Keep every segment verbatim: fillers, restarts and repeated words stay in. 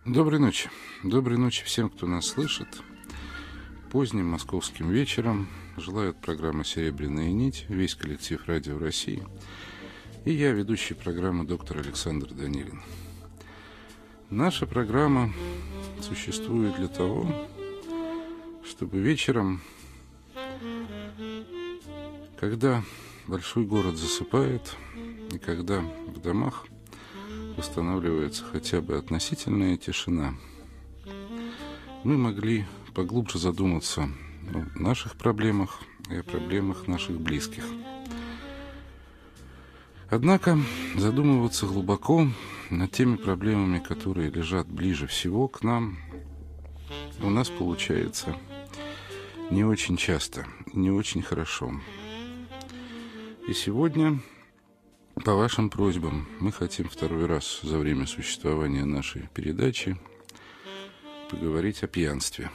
Доброй ночи. Доброй ночи всем, кто нас слышит. Поздним московским вечером желают программа «Серебряная нить», весь коллектив «Радио России». И я, ведущий программы доктор Александр Данилин. Наша программа существует для того, чтобы вечером, когда большой город засыпает, и когда в домах восстанавливается хотя бы относительная тишина, мы могли поглубже задуматься о наших проблемах и о проблемах наших близких. Однако задумываться глубоко над теми проблемами, которые лежат ближе всего к нам, у нас получается не очень часто, не очень хорошо. И сегодня, по вашим просьбам, мы хотим второй раз за время существования нашей передачи поговорить о пьянстве.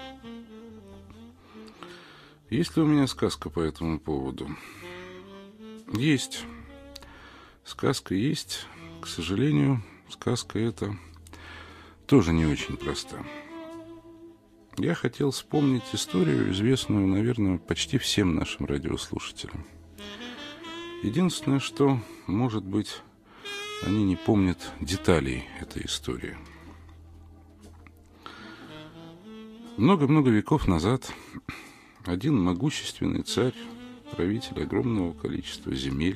Есть ли у меня сказка по этому поводу? Есть. Сказка есть. К сожалению, сказка эта тоже не очень проста. Я хотел вспомнить историю, известную, наверное, почти всем нашим радиослушателям. Единственное, что, может быть, они не помнят деталей этой истории. Много-много веков назад один могущественный царь, правитель огромного количества земель,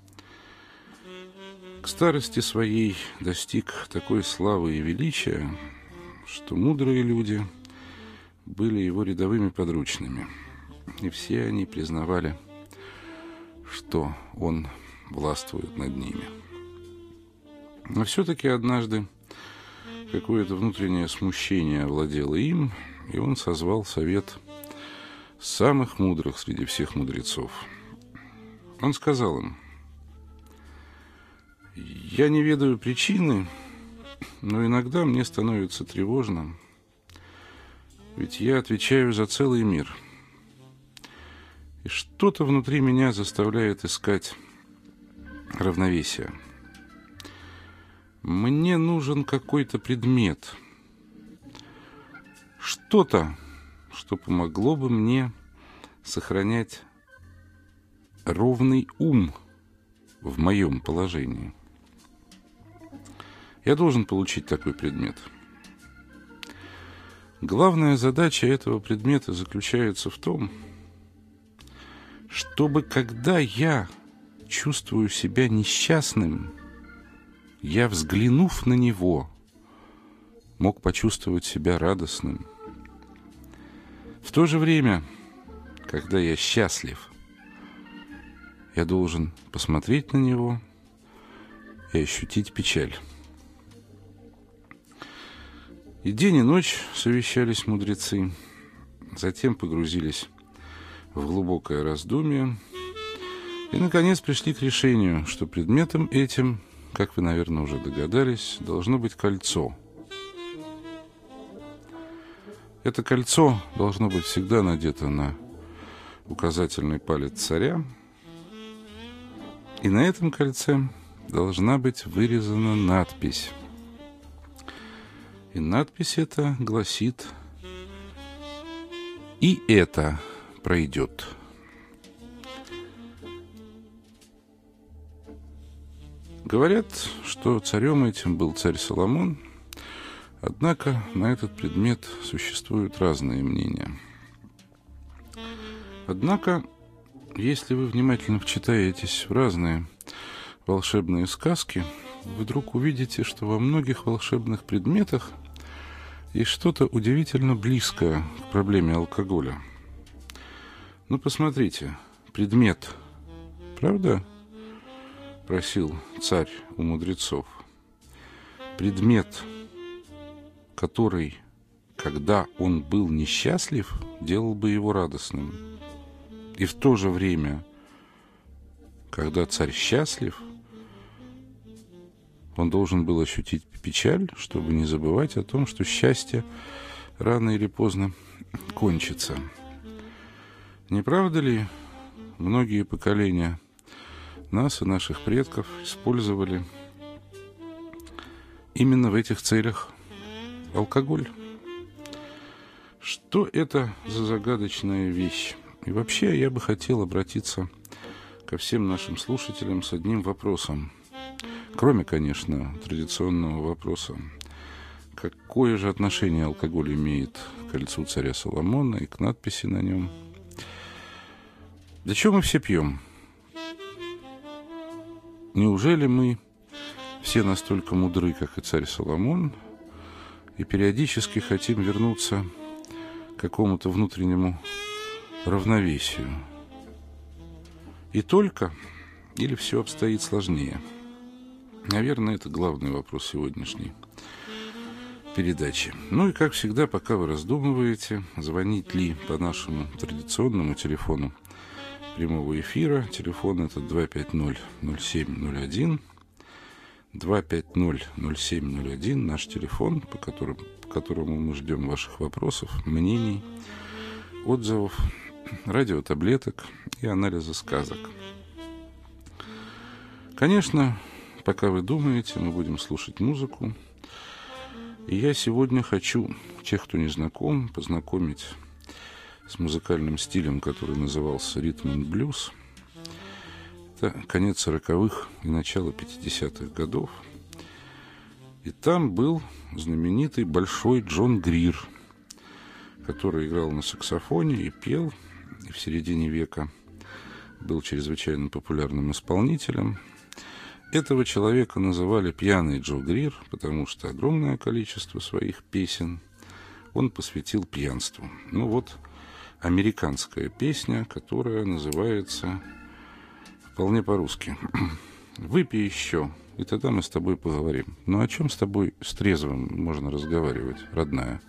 к старости своей достиг такой славы и величия, что мудрые люди были его рядовыми подручными, и все они признавали, что он властвует над ними. Но все-таки однажды какое-то внутреннее смущение овладело им, и он созвал совет самых мудрых среди всех мудрецов. Он сказал им: «Я не ведаю причины, но иногда мне становится тревожно, ведь я отвечаю за целый мир. И что-то внутри меня заставляет искать равновесие. Мне нужен какой-то предмет, что-то, что помогло бы мне сохранять ровный ум в моем положении. Я должен получить такой предмет. Главная задача этого предмета заключается в том, чтобы, когда я чувствую себя несчастным, я, взглянув на него, мог почувствовать себя радостным. В то же время, когда я счастлив, я должен посмотреть на него и ощутить печаль». И день и ночь совещались мудрецы, затем погрузились в глубокое раздумье и, наконец, пришли к решению, что предметом этим, как вы, наверное, уже догадались, должно быть кольцо. Это кольцо должно быть всегда надето на указательный палец царя, и на этом кольце должна быть вырезана надпись. И надпись эта гласит: «И это пройдет». Говорят, что царем этим был царь Соломон, однако на этот предмет существуют разные мнения. Однако, если вы внимательно вчитаетесь в разные волшебные сказки, вы вдруг увидите, что во многих волшебных предметах есть что-то удивительно близкое к проблеме алкоголя. Ну, посмотрите, предмет, правда? Просил царь у мудрецов. Предмет, который, когда он был несчастлив, делал бы его радостным. И в то же время, когда царь счастлив, он должен был ощутить печаль, чтобы не забывать о том, что счастье рано или поздно кончится. Не правда ли, многие поколения нас и наших предков использовали именно в этих целях алкоголь. Что это за загадочная вещь? И вообще я бы хотел обратиться ко всем нашим слушателям с одним вопросом. Кроме, конечно, традиционного вопроса. Какое же отношение алкоголь имеет к кольцу царя Соломона и к надписи на нем? Для чего мы все пьем? Неужели мы все настолько мудры, как и царь Соломон, и периодически хотим вернуться к какому-то внутреннему равновесию? И только, или все обстоит сложнее? Наверное, это главный вопрос сегодняшней передачи. Ну и, как всегда, пока вы раздумываете, звонить ли по нашему традиционному телефону прямого эфира. Телефон это два пять ноль ноль семь ноль один. два пять ноль ноль семь ноль один. Наш телефон, по которому, по которому мы ждем ваших вопросов, мнений, отзывов, радиотаблеток и анализа сказок. Конечно, пока вы думаете, мы будем слушать музыку. И я сегодня хочу тех, кто не знаком, познакомить с музыкальным стилем, который назывался ритм-н-блюз. Это конец сороковых и начало пятидесятых годов. И там был знаменитый Большой Джон Грир, который играл на саксофоне и пел, и в середине века был чрезвычайно популярным исполнителем. Этого человека называли «Пьяный Джо Грир», потому что огромное количество своих песен он посвятил пьянству. Ну вот американская песня, которая называется вполне по-русски «Выпей еще, и тогда мы с тобой поговорим». Ну о чем с тобой с трезвым можно разговаривать, родная?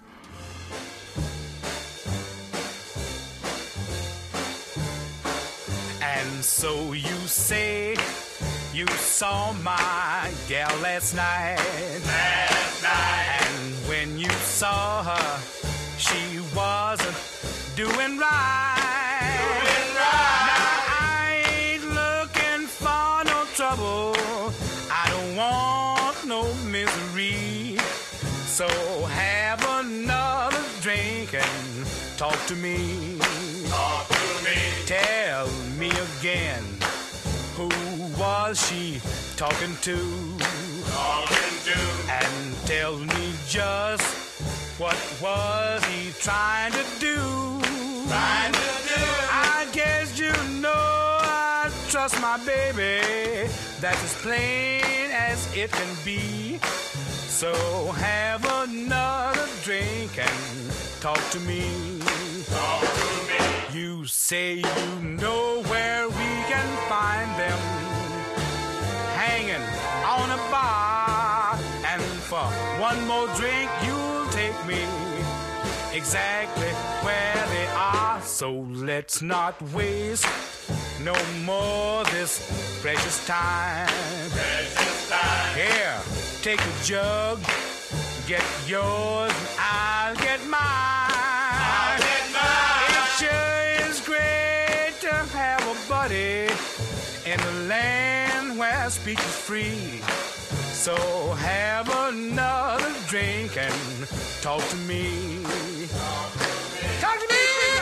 And so you say you saw my gal last night. Last night. And when you saw her, she wasn't doing right. Doing right. Now I ain't looking for no trouble. I don't want no misery. So have another drink and talk to me. Talk to me. Tell me again. Who was she talking to? Talking to. And tell me just what was he trying to do? Trying to do. I guess you know I trust my baby. That's as plain as it can be. So have another drink and talk to me. Talk to me. You say you know where we can find them, hanging on a bar, and for one more drink you'll take me exactly where they are. So let's not waste no more this precious time. Precious time. Here, take a jug, get yours, and I'll get mine. I'll get mine. It sure is great to have a buddy in a land where speech is free. So have another drink and talk to me. Talk to me. Talk to me.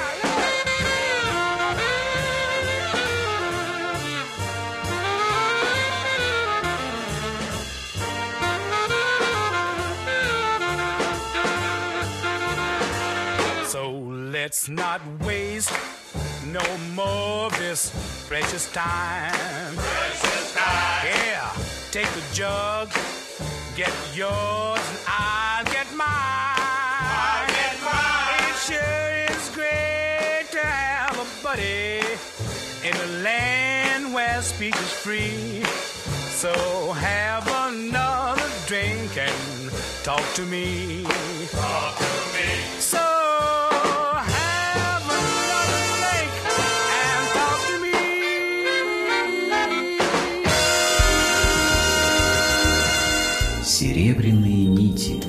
So let's not waste no more of this precious time. Precious time. Yeah, take a jug, get yours, and I'll get mine. I'll get mine. It sure is great to have a buddy in a land where speech is free. So have another drink and talk to me. Talk to me. So серебряные нити.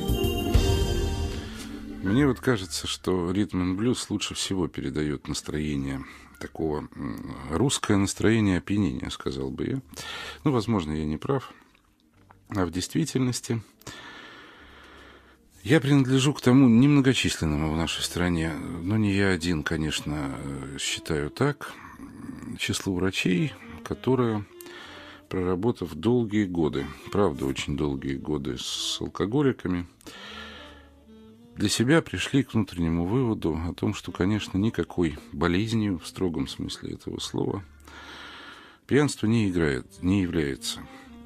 Мне вот кажется, что ритм-н-блюз лучше всего передает настроение такого, русское настроение опьянения, сказал бы я. Ну, возможно, я не прав. А в действительности Я принадлежу к тому немногочисленному в нашей стране, но не я один, конечно, считаю так, числу врачей, которые, проработав долгие годы, правда, очень долгие годы с алкоголиками, для себя пришли к внутреннему выводу о том, что, конечно, никакой болезнью в строгом смысле этого слова пьянство не играет, не является.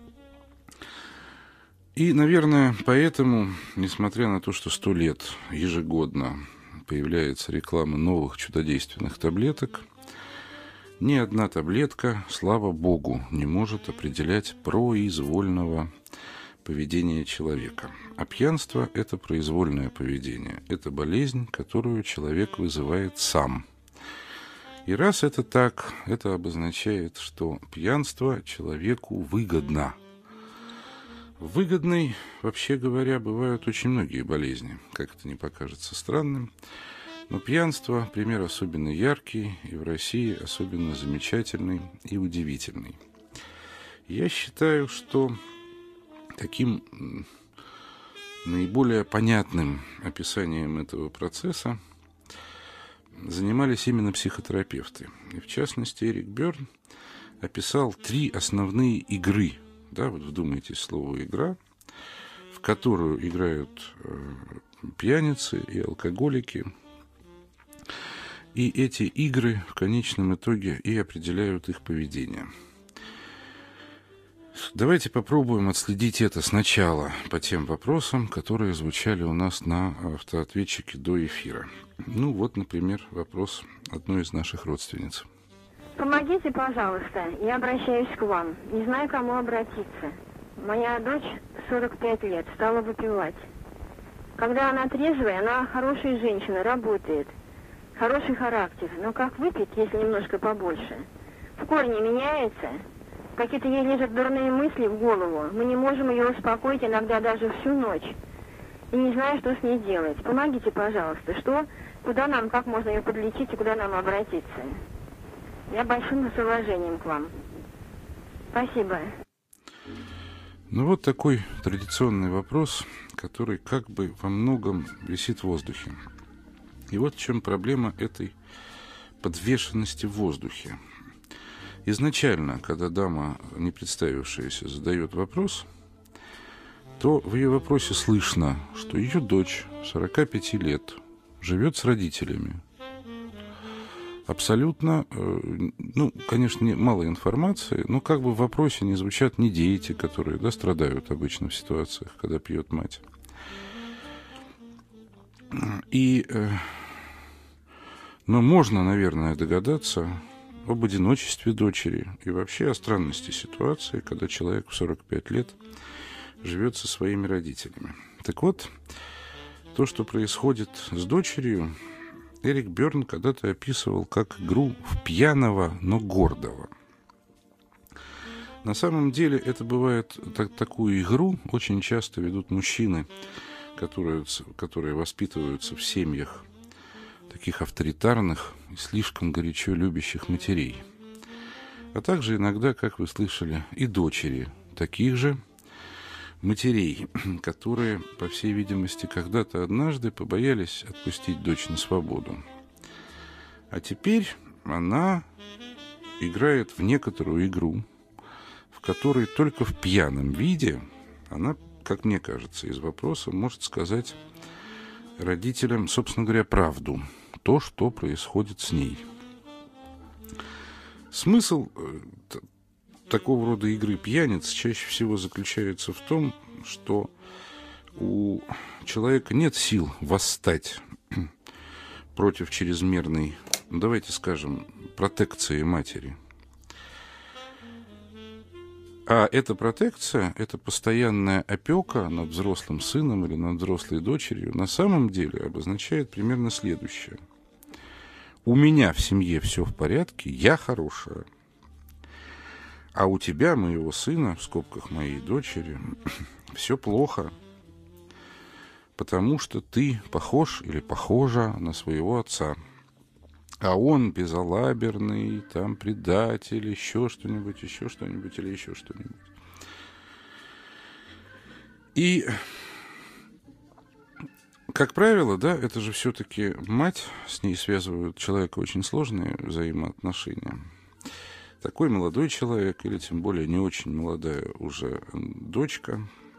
И, наверное, поэтому, несмотря на то, что сто лет ежегодно появляется реклама новых чудодейственных таблеток, ни одна таблетка, слава богу, не может определять произвольного поведения человека. А пьянство – это произвольное поведение. Это болезнь, которую человек вызывает сам. И раз это так, это обозначает, что пьянство человеку выгодно. Выгодной, вообще говоря, бывают очень многие болезни, как это не покажется странным. Но пьянство – пример особенно яркий, и в России особенно замечательный и удивительный. Я считаю, что таким наиболее понятным описанием этого процесса занимались именно психотерапевты. И в частности, Эрик Бёрн описал три основные игры. Да, вот вдумайтесь, слово «игра», в которую играют э, пьяницы и алкоголики. И эти игры в конечном итоге и определяют их поведение. Давайте попробуем отследить это сначала по тем вопросам, которые звучали у нас на автоответчике до эфира. Ну вот, например, вопрос одной из наших родственниц. Помогите, пожалуйста, я обращаюсь к вам. Не знаю, к кому обратиться. Моя дочь, сорок пять лет, стала выпивать. Когда она трезвая, она хорошая женщина, работает. Хороший характер, но как выпить, если немножко побольше? В корне меняется. Какие-то ей лежат дурные мысли в голову. Мы не можем ее успокоить иногда даже всю ночь. И не знаю, что с ней делать. Помогите, пожалуйста, что, куда нам, как можно ее подлечить и куда нам обратиться? Я большим с уважением к вам. Спасибо. Ну вот такой традиционный вопрос, который как бы во многом висит в воздухе. И вот в чем проблема этой подвешенности в воздухе. Изначально, когда дама, не представившаяся, задает вопрос, то в ее вопросе слышно, что ее дочь сорока пяти лет живет с родителями. Абсолютно, ну, конечно, мало информации, но как бы в вопросе не звучат ни дети, которые, да, страдают обычно в ситуациях, когда пьет мать. И, но можно, наверное, догадаться об одиночестве дочери и вообще о странности ситуации, когда человек в сорок пять лет живет со своими родителями. Так вот, то, что происходит с дочерью, Эрик Бёрн когда-то описывал как игру в пьяного, но гордого. На самом деле это бывает, так, такую игру очень часто ведут мужчины, которые, которые воспитываются в семьях таких авторитарных и слишком горячо любящих матерей. А также иногда, как вы слышали, и дочери таких же матерей, которые, по всей видимости, когда-то однажды побоялись отпустить дочь на свободу. А теперь она играет в некоторую игру, в которой только в пьяном виде она, как мне кажется, из вопроса может сказать родителям, собственно говоря, правду, то, что происходит с ней. Смысл такого рода игры пьяниц чаще всего заключается в том, что у человека нет сил восстать против чрезмерной, давайте скажем, протекции матери. А эта протекция, эта постоянная опека над взрослым сыном или над взрослой дочерью на самом деле обозначает примерно следующее. У меня в семье все в порядке, я хорошая. А у тебя, моего сына, в скобках моей дочери, все плохо, потому что ты похож или похожа на своего отца. А он безалаберный, там, предатель, еще что-нибудь, еще что-нибудь или еще что-нибудь. И как правило, да, это же все-таки мать, с ней связывают человека очень сложные взаимоотношения. Такой молодой человек, или тем более не очень молодая уже дочка,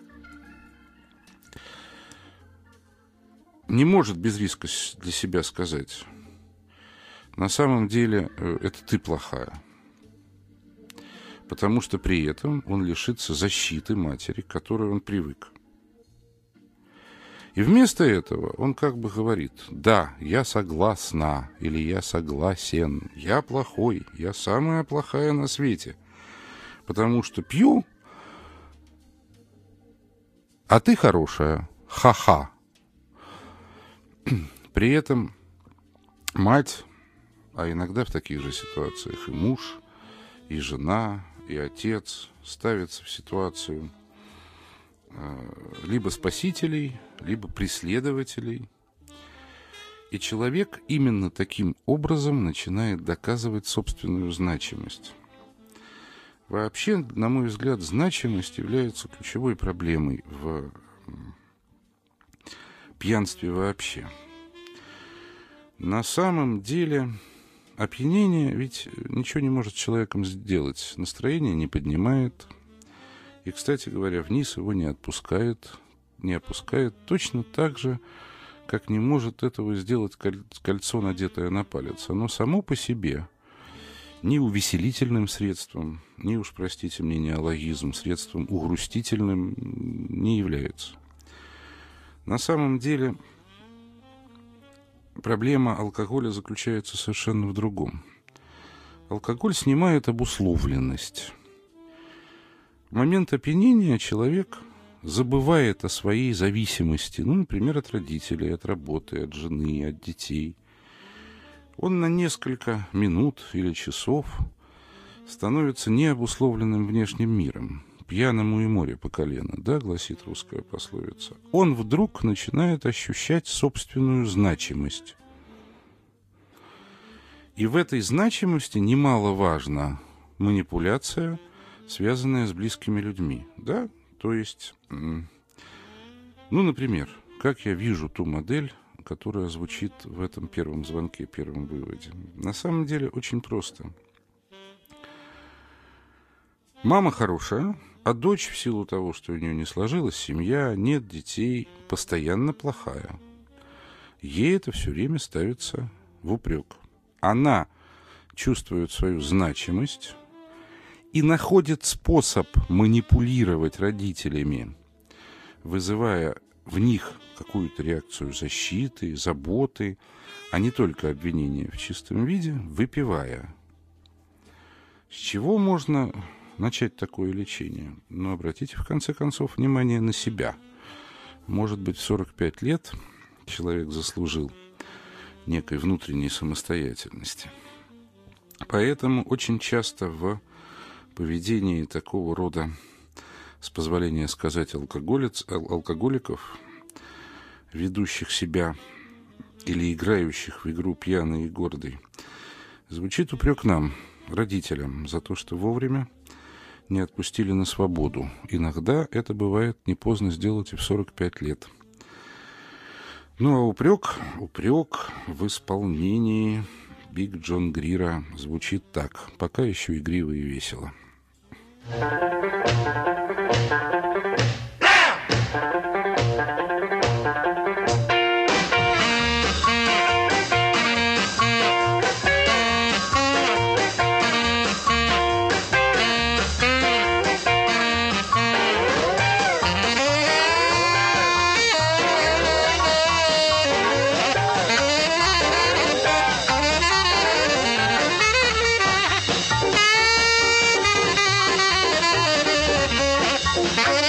не может без риска для себя сказать: на самом деле это ты плохая. Потому что при этом он лишится защиты матери, к которой он привык. И вместо этого он как бы говорит: да, я согласна, или я согласен, я плохой, я самая плохая на свете, потому что пью, а ты хорошая, ха-ха. При этом мать, а иногда в таких же ситуациях и муж, и жена, и отец ставятся в ситуацию либо спасителей, либо преследователей. И человек именно таким образом начинает доказывать собственную значимость. Вообще, на мой взгляд, значимость является ключевой проблемой в пьянстве вообще. На самом деле, опьянение ведь ничего не может с человеком сделать. Настроение не поднимает. И, кстати говоря, вниз его не отпускает, не опускает точно так же, как не может этого сделать кольцо, надетое на палец. Оно само по себе ни увеселительным средством, ни уж, простите мне, неологизм, средством угрустительным не является. На самом деле проблема алкоголя заключается совершенно в другом. Алкоголь снимает обусловленность. В момент опьянения человек забывает о своей зависимости, ну, например, от родителей, от работы, от жены, от детей. Он на несколько минут или часов становится необусловленным внешним миром. Пьяному и море по колено, да, гласит русская пословица. Он вдруг начинает ощущать собственную значимость. И в этой значимости немаловажна манипуляция, связанная с близкими людьми, да, то есть, ну, например, как я вижу ту модель, которая звучит в этом первом звонке, первом выводе. На самом деле очень просто. Мама хорошая, а дочь в силу того, что у нее не сложилась семья, нет детей, постоянно плохая. Ей это все время ставится в упрек. Она чувствует свою значимость и находит способ манипулировать родителями, вызывая в них какую-то реакцию защиты, заботы, а не только обвинения в чистом виде, выпивая. С чего можно начать такое лечение? Но обратите, в конце концов, внимание на себя. Может быть, в сорок пять лет человек заслужил некой внутренней самостоятельности. Поэтому очень часто в поведении такого рода, с позволения сказать, алкоголиц, алкоголиков, ведущих себя или играющих в игру пьяный и гордый, звучит упрек нам, родителям, за то, что вовремя не отпустили на свободу. Иногда это бывает не поздно сделать и в сорок пять лет. Ну а упрек, упрек в исполнении Биг Джон Грира звучит так, пока еще игриво и весело. Bye.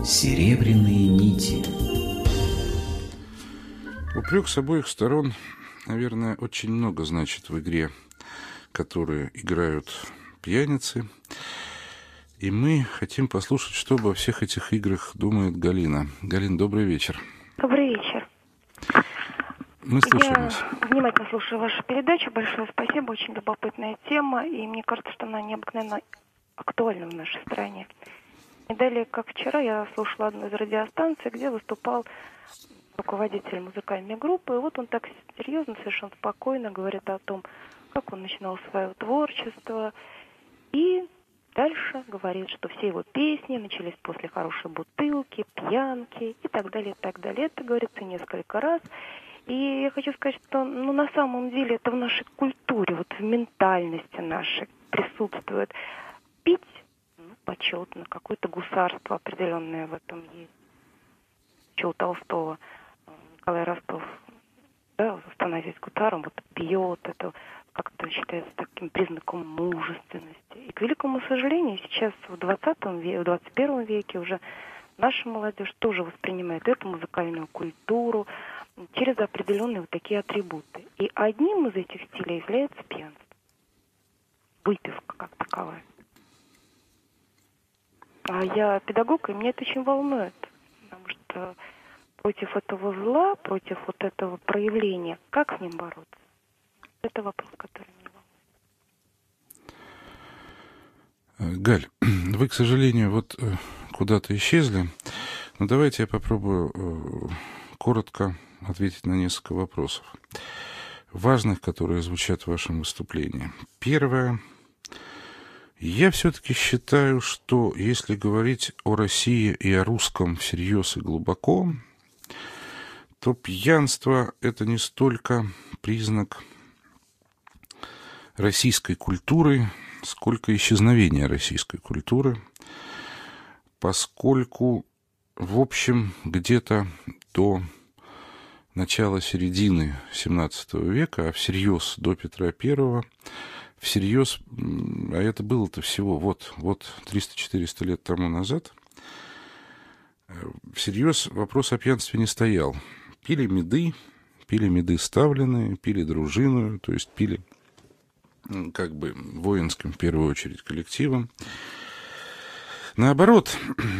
Серебряные нити. Упрек с обоих сторон, наверное, очень много значит в игре, которую играют пьяницы. И мы хотим послушать, что обо всех этих играх думает Галина. Галин, добрый вечер. Добрый вечер. Мы слушаем Я вас. внимательно слушаю вашу передачу. Большое спасибо. Очень любопытная тема. И мне кажется, что она необыкновенно актуальна в нашей стране. И далее, как вчера, я слушала одну из радиостанций, где выступал руководитель музыкальной группы. И вот он так серьезно, совершенно спокойно говорит о том, как он начинал свое творчество. И дальше говорит, что все его песни начались после хорошей бутылки, пьянки и так далее, и так далее. Это говорится несколько раз. И я хочу сказать, что ну, на самом деле это в нашей культуре, вот в ментальности нашей присутствует. Пить, ну, почетно, какое-то гусарство определенное в этом есть. Еще у Толстого Николай Ростов, да, становясь гусаром, вот пьет, это как-то считается таким признаком мужественности. И, к великому сожалению, сейчас в двадцатом веке, в двадцать первом веке уже наша молодежь тоже воспринимает эту музыкальную культуру через определенные вот такие атрибуты. И одним из этих стилей является пьянство. Выпивка как таковая. А я педагог, и меня это очень волнует. Потому что против этого зла, против вот этого проявления, как с ним бороться? Это вопрос, который меня волнует. Галь, вы, к сожалению, вот куда-то исчезли. Но давайте я попробую коротко ответить на несколько вопросов, важных, которые звучат в вашем выступлении. Первое. Я все-таки считаю, что если говорить о России и о русском всерьез и глубоко, то пьянство — это не столько признак российской культуры, сколько исчезновения российской культуры, поскольку, в общем, где-то до начала-середины семнадцатого века, а всерьез до Петра Первого, всерьез, а это было-то всего вот, вот триста-четыреста лет тому назад, всерьез вопрос о пьянстве не стоял. Пили меды, пили меды ставленные, пили дружину, то есть пили как бы воинским, в первую очередь, коллективом. Наоборот,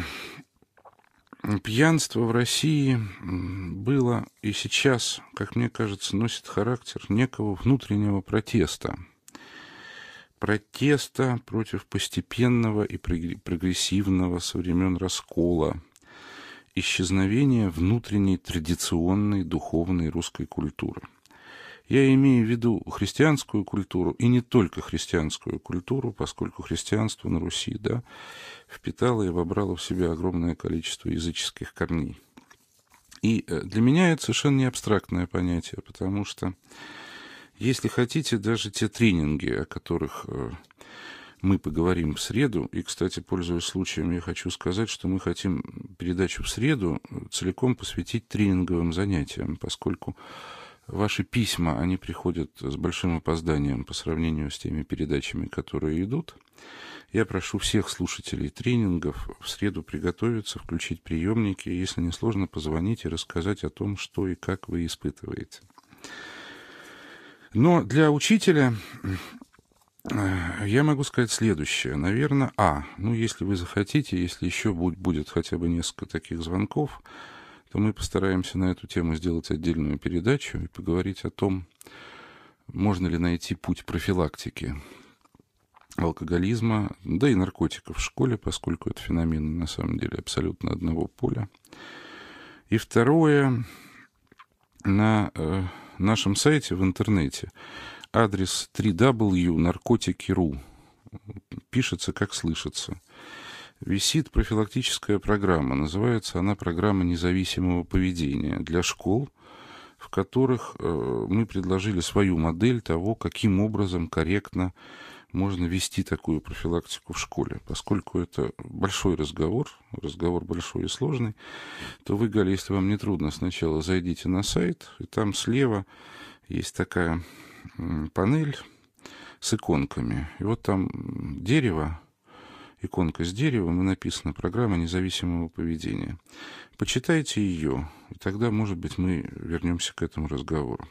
пьянство в России было и сейчас, как мне кажется, носит характер некого внутреннего протеста. Протеста против постепенного и прогрессивного со времен раскола, исчезновения внутренней традиционной духовной русской культуры. Я имею в виду христианскую культуру, и не только христианскую культуру, поскольку христианство на Руси, да, впитало и вобрало в себя огромное количество языческих корней. И для меня это совершенно не абстрактное понятие, потому что, если хотите, даже те тренинги, о которых мы поговорим в среду, и, кстати, пользуясь случаем, я хочу сказать, что мы хотим передачу в среду целиком посвятить тренинговым занятиям, поскольку ваши письма, они приходят с большим опозданием по сравнению с теми передачами, которые идут. Я прошу всех слушателей тренингов в среду приготовиться, включить приемники, если не сложно, позвонить и рассказать о том, что и как вы испытываете. Но для учителя я могу сказать следующее. Наверное, а, ну, если вы захотите, если еще будет хотя бы несколько таких звонков, то мы постараемся на эту тему сделать отдельную передачу и поговорить о том, можно ли найти путь профилактики алкоголизма, да и наркотиков в школе, поскольку это феномены на самом деле абсолютно одного поля. И второе, на э, нашем сайте в интернете адрес дабл ю дабл ю дабл ю точка наркотики точка ру, пишется как слышится, висит профилактическая программа. Называется она «Программа независимого поведения» для школ, в которых э, мы предложили свою модель того, каким образом корректно можно вести такую профилактику в школе. Поскольку это большой разговор, разговор большой и сложный, то вы, Галя, если вам не трудно, сначала зайдите на сайт, и там слева есть такая панель с иконками. И вот там дерево, иконка с деревом, и написано «Программа независимого поведения». Почитайте ее, и тогда, может быть, мы вернемся к этому разговору.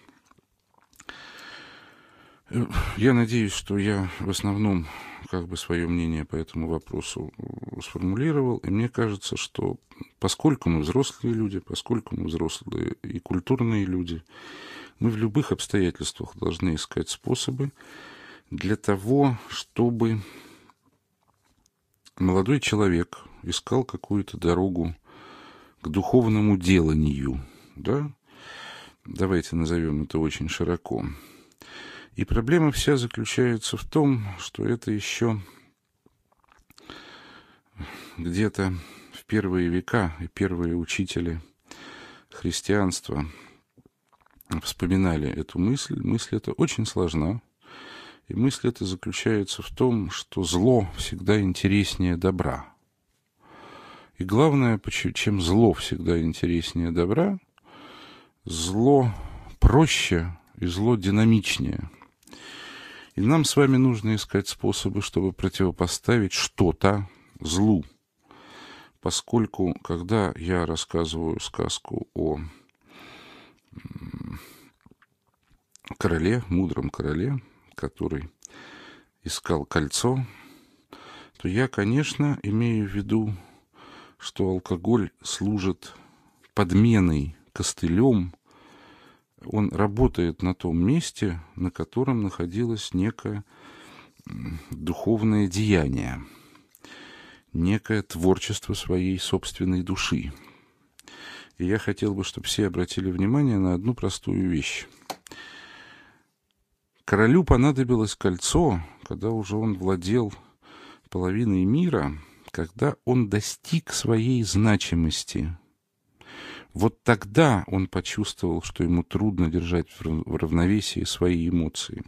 Я надеюсь, что я в основном как бы свое мнение по этому вопросу сформулировал, и мне кажется, что поскольку мы взрослые люди, поскольку мы взрослые и культурные люди, мы в любых обстоятельствах должны искать способы для того, чтобы молодой человек искал какую-то дорогу к духовному деланию, да? Давайте назовем это очень широко. И проблема вся заключается в том, что это еще где-то в первые века и первые учители христианства вспоминали эту мысль. Мысль эта очень сложна. И мысль эта заключается в том, что зло всегда интереснее добра. И главное, чем зло всегда интереснее добра, зло проще и зло динамичнее. И нам с вами нужно искать способы, чтобы противопоставить что-то злу. Поскольку, когда я рассказываю сказку о короле, мудром короле, который искал кольцо, то я, конечно, имею в виду, что алкоголь служит подменой, костылем. Он работает на том месте, на котором находилось некое духовное деяние, некое творчество своей собственной души. И я хотел бы, чтобы все обратили внимание на одну простую вещь. Королю понадобилось кольцо, когда уже он владел половиной мира, когда он достиг своей значимости. Вот тогда он почувствовал, что ему трудно держать в равновесии свои эмоции.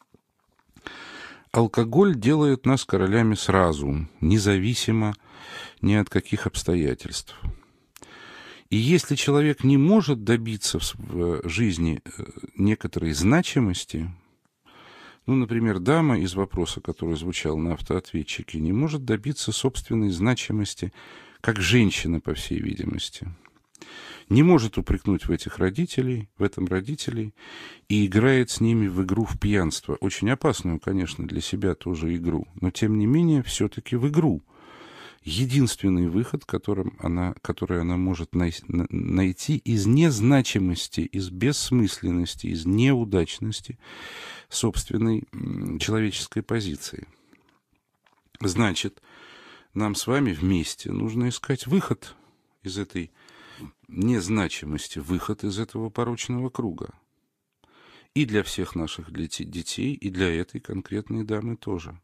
Алкоголь делает нас королями сразу, независимо ни от каких обстоятельств. И если человек не может добиться в жизни некоторой значимости, ну, например, дама из вопроса, который звучал на автоответчике, не может добиться собственной значимости как женщина, по всей видимости. Не может упрекнуть в этих родителей, в этом родителей, и играет с ними в игру в пьянство. Очень опасную, конечно, для себя тоже игру, но, тем не менее, все-таки в игру. Единственный выход, которым она, который она может най- найти из незначимости, из бессмысленности, из неудачности собственной человеческой позиции. Значит, нам с вами вместе нужно искать выход из этой незначимости, выход из этого порочного круга. И для всех наших детей, и для этой конкретной дамы тоже.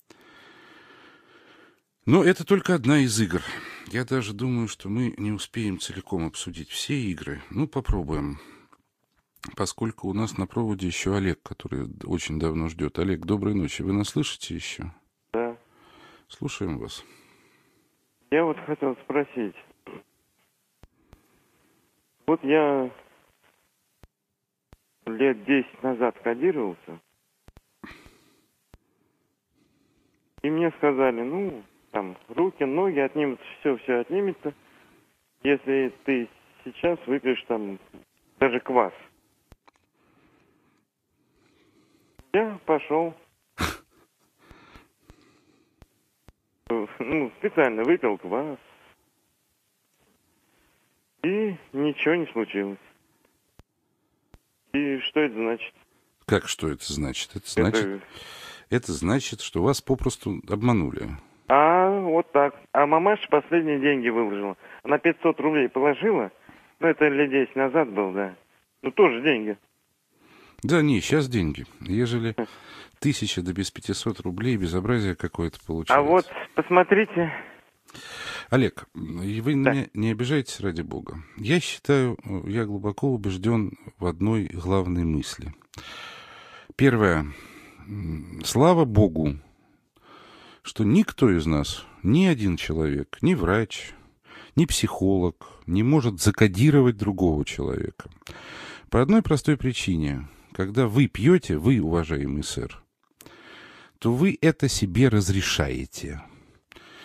Но это только одна из игр. Я даже думаю, что мы не успеем целиком обсудить все игры. Ну, попробуем. Поскольку у нас на проводе еще Олег, который очень давно ждет. Олег, доброй ночи. Вы нас слышите еще? Да. Слушаем вас. Я вот хотел спросить. Вот я лет десять назад кодировался, и мне сказали, ну, там, руки, ноги отнимутся, все, все отнимется, если ты сейчас выпьешь там даже квас. Я пошел, ну, специально выпил квас, и ничего не случилось. И что это значит? Как что это значит? Это значит, Это, это значит, что вас попросту обманули. А, вот так. А мамаша последние деньги выложила. Она пятьсот рублей положила. Ну, это лет десять назад был, да. Ну, тоже деньги. Да, не, сейчас деньги. Ежели тысяча да без пятисот рублей, безобразие какое-то получается. А вот, посмотрите. Олег, и вы Да. не, не обижайтесь ради бога. Я считаю, я глубоко убежден в одной главной мысли. Первое. Слава Богу, что никто из нас, ни один человек, ни врач, ни психолог не может закодировать другого человека. По одной простой причине. Когда вы пьете, вы, уважаемый сэр, то вы это себе разрешаете.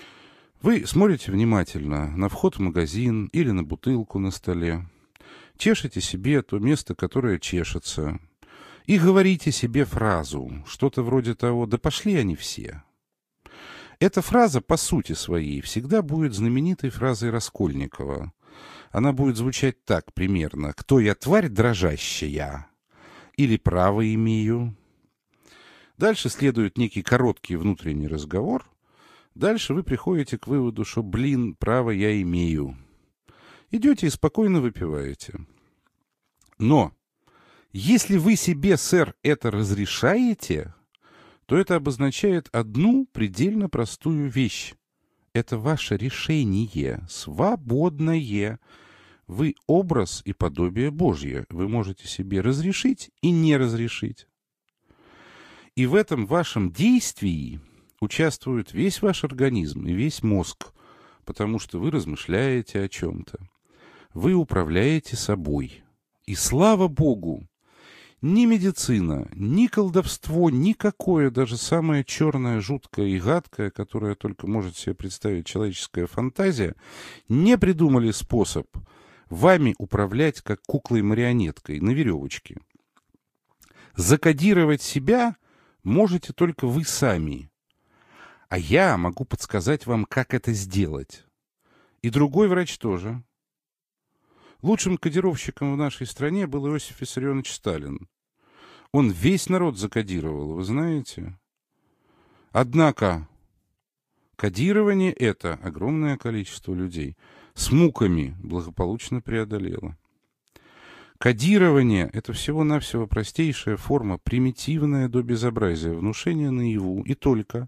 Вы смотрите внимательно на вход в магазин или на бутылку на столе, чешете себе то место, которое чешется, и говорите себе фразу, что-то вроде того: «Да пошли они все». Эта фраза, по сути своей, всегда будет знаменитой фразой Раскольникова. Она будет звучать так примерно: «Кто я, тварь дрожащая?» Или «Право имею». Дальше следует некий короткий внутренний разговор. Дальше вы приходите к выводу, что, блин, право я имею. Идете и спокойно выпиваете. Но если вы себе, сэр, это разрешаете, то это обозначает одну предельно простую вещь. Это ваше решение, свободное. Вы образ и подобие Божье. Вы можете себе разрешить и не разрешить. И в этом вашем действии участвует весь ваш организм и весь мозг, потому что вы размышляете о чем-то. Вы управляете собой. И слава Богу, ни медицина, ни колдовство, никакое, даже самое черное, жуткое и гадкое, которое только может себе представить человеческая фантазия, не придумали способ вами управлять как куклой-марионеткой на веревочке. Закодировать себя можете только вы сами. А я могу подсказать вам, как это сделать. И другой врач тоже. Лучшим кодировщиком в нашей стране был Иосиф Виссарионович Сталин. Он весь народ закодировал, вы знаете. Однако кодирование это огромное количество людей с муками благополучно преодолело. Кодирование — это всего-навсего простейшая форма, примитивная до безобразия, внушения наяву, и только.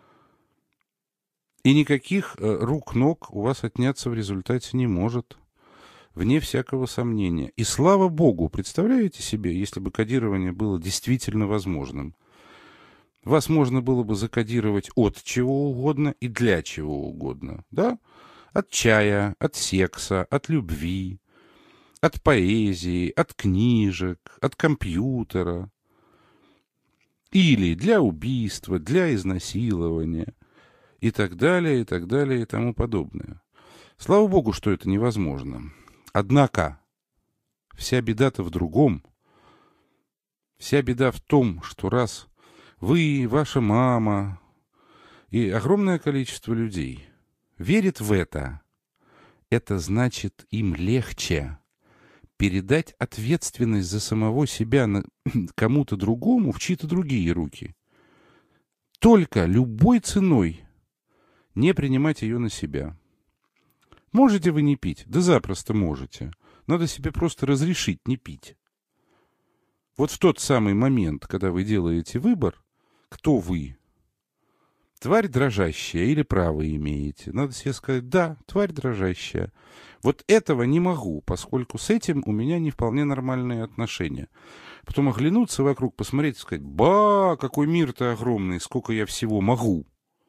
И никаких э, рук-ног у вас отняться в результате не может, вне всякого сомнения. И слава Богу, представляете себе, если бы кодирование было действительно возможным. Вас можно было бы закодировать от чего угодно и для чего угодно, да? От чая, от секса, от любви, от поэзии, от книжек, от компьютера. Или для убийства, для изнасилования и так далее, и так далее, и тому подобное. Слава Богу, что это невозможно. Однако вся беда-то в другом. Вся беда в том, что раз вы, ваша мама и огромное количество людей верит в это, это значит, им легче передать ответственность за самого себя на кому-то другому в чьи-то другие руки. Только любой ценой не принимать ее на себя. Можете вы не пить? Да запросто можете. Надо себе просто разрешить не пить. Вот в тот самый момент, когда вы делаете выбор, кто вы, тварь дрожащая или право имеете, надо себе сказать: да, тварь дрожащая. Вот этого не могу, поскольку с этим у меня не вполне нормальные отношения. Потом оглянуться вокруг, посмотреть и сказать: ба, какой мир-то огромный, сколько я всего могу,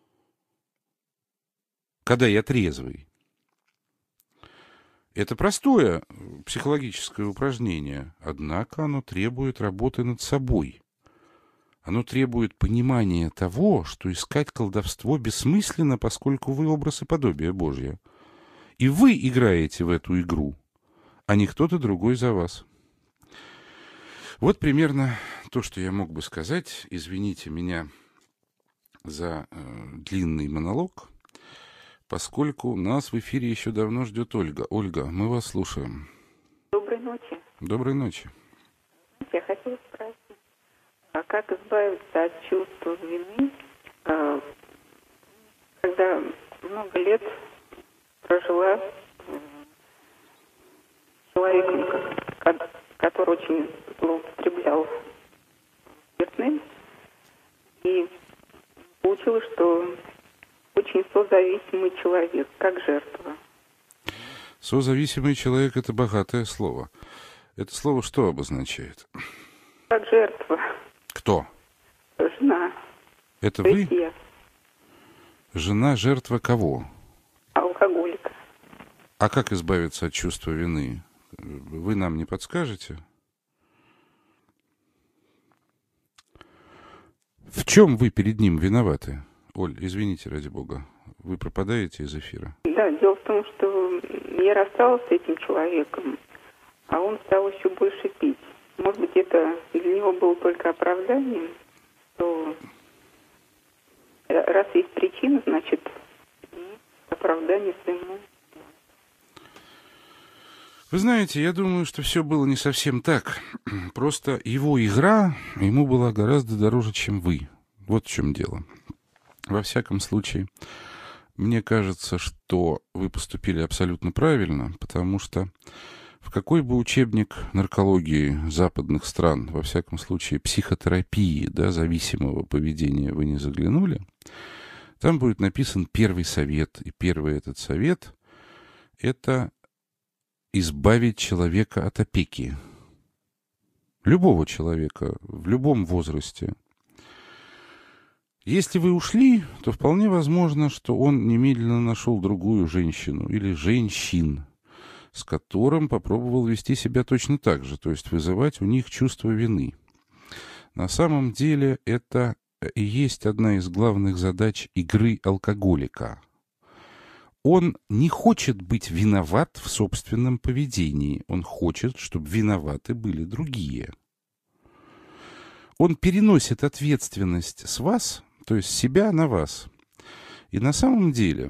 когда я трезвый. Это простое психологическое упражнение, однако оно требует работы над собой. Оно требует понимания того, что искать колдовство бессмысленно, поскольку вы образ и подобие Божье. И вы играете в эту игру, а не кто-то другой за вас. Вот примерно то, что я мог бы сказать. Извините меня за э, длинный монолог, поскольку нас в эфире еще давно ждет Ольга. Ольга, мы вас слушаем. Доброй ночи. Доброй ночи. Я хотела спросить, а как избавиться от чувства вины, когда много лет прожила с человеком, который очень злоупотреблял спиртным, и получилось, что очень созависимый человек, как жертва. Созависимый человек — это богатое слово. Это слово что обозначает? Как жертва. Кто? Жена. Это То вы? есть я. Жена жертва кого? Алкоголика. А как избавиться от чувства вины? Вы нам не подскажете? В чем вы перед ним виноваты? Оль, извините, ради бога. вы пропадаете из эфира. Да, дело в том, что я рассталась с этим человеком, а он стал еще больше пить. Может быть, это для него было только оправданием, что раз есть причина, значит, оправдание своему. Вы знаете, я думаю, что все было не совсем так. Просто его игра ему была гораздо дороже, чем вы. Вот в чем дело. Во всяком случае, мне кажется, что вы поступили абсолютно правильно, потому что в какой бы учебник наркологии западных стран, во всяком случае психотерапии, да, зависимого поведения вы не заглянули, там будет написан первый совет. И первый этот совет — это избавить человека от опеки. Любого человека, в любом возрасте. Если вы ушли, то вполне возможно, что он немедленно нашел другую женщину или женщин, с которым попробовал вести себя точно так же, то есть вызывать у них чувство вины. На самом деле это и есть одна из главных задач игры алкоголика. Он не хочет быть виноват в собственном поведении, он хочет, чтобы виноваты были другие. Он переносит ответственность с вас, то есть себя на вас. И на самом деле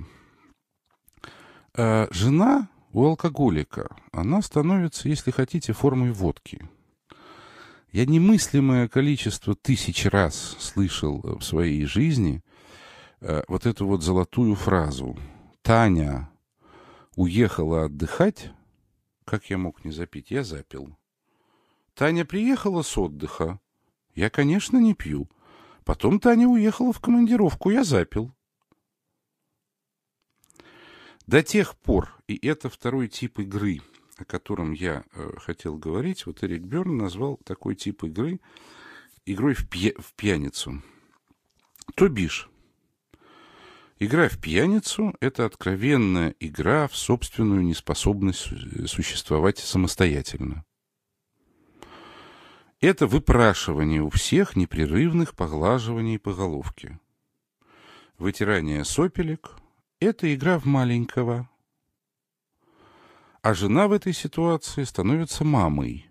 э, жена у алкоголика, она становится, если хотите, формой водки. Я немыслимое количество тысяч раз слышал в своей жизни э, вот эту вот золотую фразу. Таня уехала отдыхать. Как я мог не запить? Я запил. Таня приехала с отдыха. Я, конечно, не пью. Потом Таня уехала в командировку. Я запил. До тех пор, и это второй тип игры, о котором я э, хотел говорить, вот Эрик Бёрн назвал такой тип игры игрой в, пья в пьяницу. То бишь, игра в пьяницу — это откровенная игра в собственную неспособность существовать самостоятельно. Это выпрашивание у всех непрерывных поглаживаний по головке. Вытирание сопелек — это игра в маленького. А жена в этой ситуации становится мамой.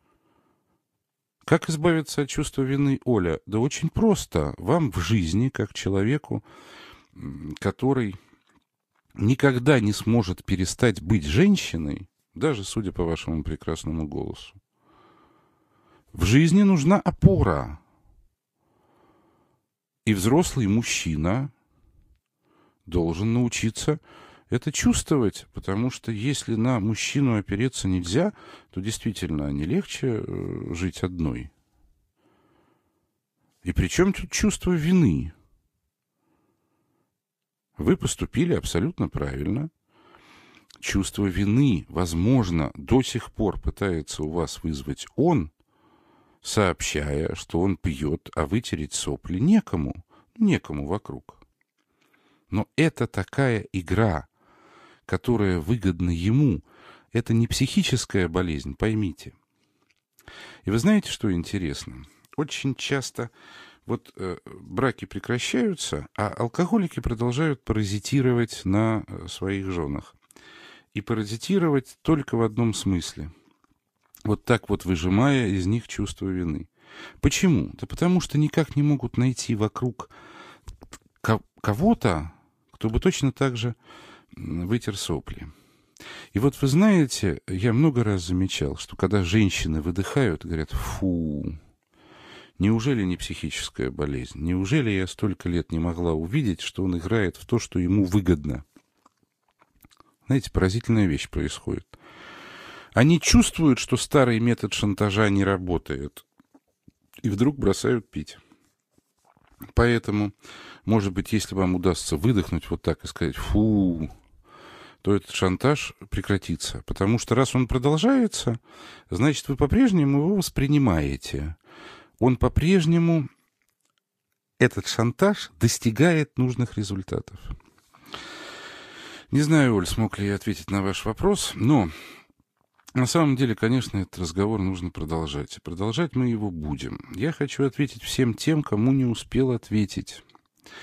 Как избавиться от чувства вины, Оля? Да очень просто. Вам в жизни, как человеку, который никогда не сможет перестать быть женщиной, даже судя по вашему прекрасному голосу, в жизни нужна опора. И взрослый мужчина должен научиться это чувствовать, потому что если на мужчину опереться нельзя, то действительно не легче жить одной. И при чем тут чувство вины? Вы поступили абсолютно правильно. Чувство вины, возможно, до сих пор пытается у вас вызвать он, сообщая, что он пьет, а вытереть сопли некому, некому вокруг. Но это такая игра, которая выгодна ему. Это не психическая болезнь, поймите. И вы знаете, что интересно? Очень часто вот э, браки прекращаются, а алкоголики продолжают паразитировать на э, своих женах. И паразитировать только в одном смысле. Вот так вот выжимая из них чувство вины. Почему? Да потому что никак не могут найти вокруг кого-то, кто бы точно так же вытер сопли. И вот вы знаете, я много раз замечал, что когда женщины выдыхают, говорят: фу, неужели не психическая болезнь? Неужели я столько лет не могла увидеть, что он играет в то, что ему выгодно? Знаете, поразительная вещь происходит. Они чувствуют, что старый метод шантажа не работает, и вдруг бросают пить. Поэтому, может быть, если вам удастся выдохнуть вот так и сказать «фу», то этот шантаж прекратится. Потому что раз он продолжается, значит, вы по-прежнему его воспринимаете. Он по-прежнему, этот шантаж, достигает нужных результатов. Не знаю, Оль, смог ли я ответить на ваш вопрос, но на самом деле, конечно, этот разговор нужно продолжать. И продолжать мы его будем. Я хочу ответить всем тем, кому не успел ответить.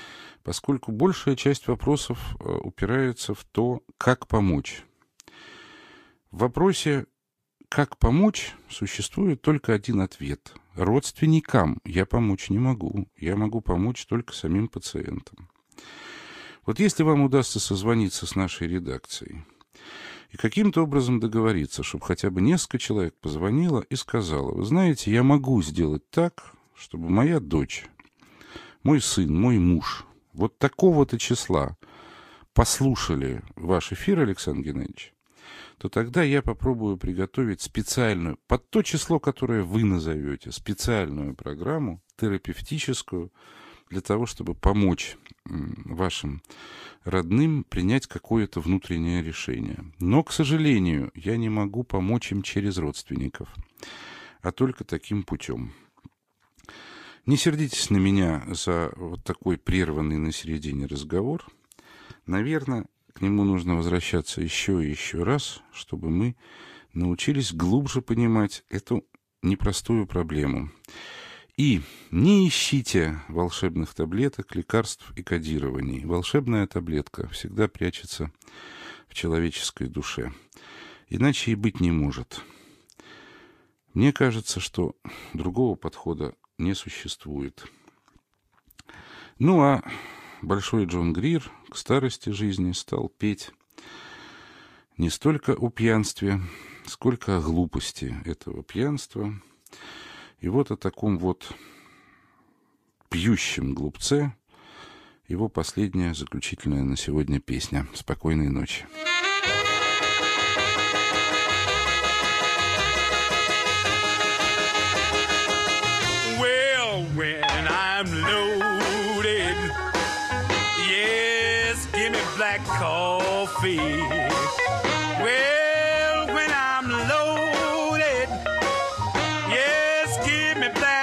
поскольку большая часть вопросов упирается в то, как помочь. В вопросе «как помочь» существует только один ответ. Родственникам я помочь не могу. Я могу помочь только самим пациентам. Вот если вам удастся созвониться с нашей редакцией и каким-то образом договориться, чтобы хотя бы несколько человек позвонило и сказало: вы знаете, я могу сделать так, чтобы моя дочь, мой сын, мой муж вот такого-то числа послушали ваш эфир, Александр Геннадьевич, то тогда я попробую приготовить специальную, под то число, которое вы назовете, специальную программу терапевтическую для того, чтобы помочь вашим родным принять какое-то внутреннее решение. Но, к сожалению, я не могу помочь им через родственников, а только таким путем. Не сердитесь на меня за вот такой прерванный на середине разговор. Наверное, к нему нужно возвращаться еще и еще раз, чтобы мы научились глубже понимать эту непростую проблему. И не ищите волшебных таблеток, лекарств и кодирований. Волшебная таблетка всегда прячется в человеческой душе. Иначе и быть не может. Мне кажется, что другого подхода не существует. Ну а большой Джон Грир к старости жизни стал петь не столько о пьянстве, сколько о глупости этого пьянства. И вот о таком вот пьющем глупце его последняя, заключительная на сегодня песня. Спокойной ночи. Well, when I'm loaded, yes, give me black coffee. Well, when I'm loaded, give me black